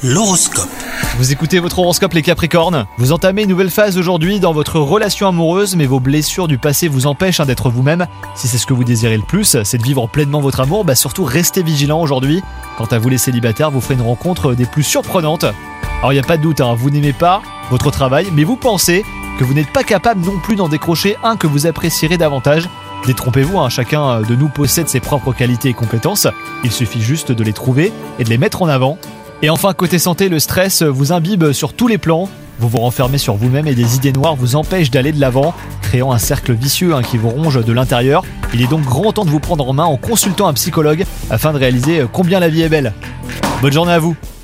L'horoscope. Vous écoutez votre horoscope les Capricornes. Vous entamez une nouvelle phase aujourd'hui dans votre relation amoureuse, mais vos blessures du passé vous empêchent d'être vous-même. Si c'est ce que vous désirez le plus, c'est de vivre pleinement votre amour, surtout restez vigilant aujourd'hui. Quant à vous les célibataires, vous ferez une rencontre des plus surprenantes. Alors il n'y a pas de doute, vous n'aimez pas votre travail, mais vous pensez que vous n'êtes pas capable non plus d'en décrocher un que vous apprécierez davantage. Détrompez-vous, chacun de nous possède ses propres qualités et compétences. Il suffit juste de les trouver et de les mettre en avant. Et enfin, côté santé, le stress vous imbibe sur tous les plans. Vous vous renfermez sur vous-même et des idées noires vous empêchent d'aller de l'avant, créant un cercle vicieux qui vous ronge de l'intérieur. Il est donc grand temps de vous prendre en main en consultant un psychologue afin de réaliser combien la vie est belle. Bonne journée à vous!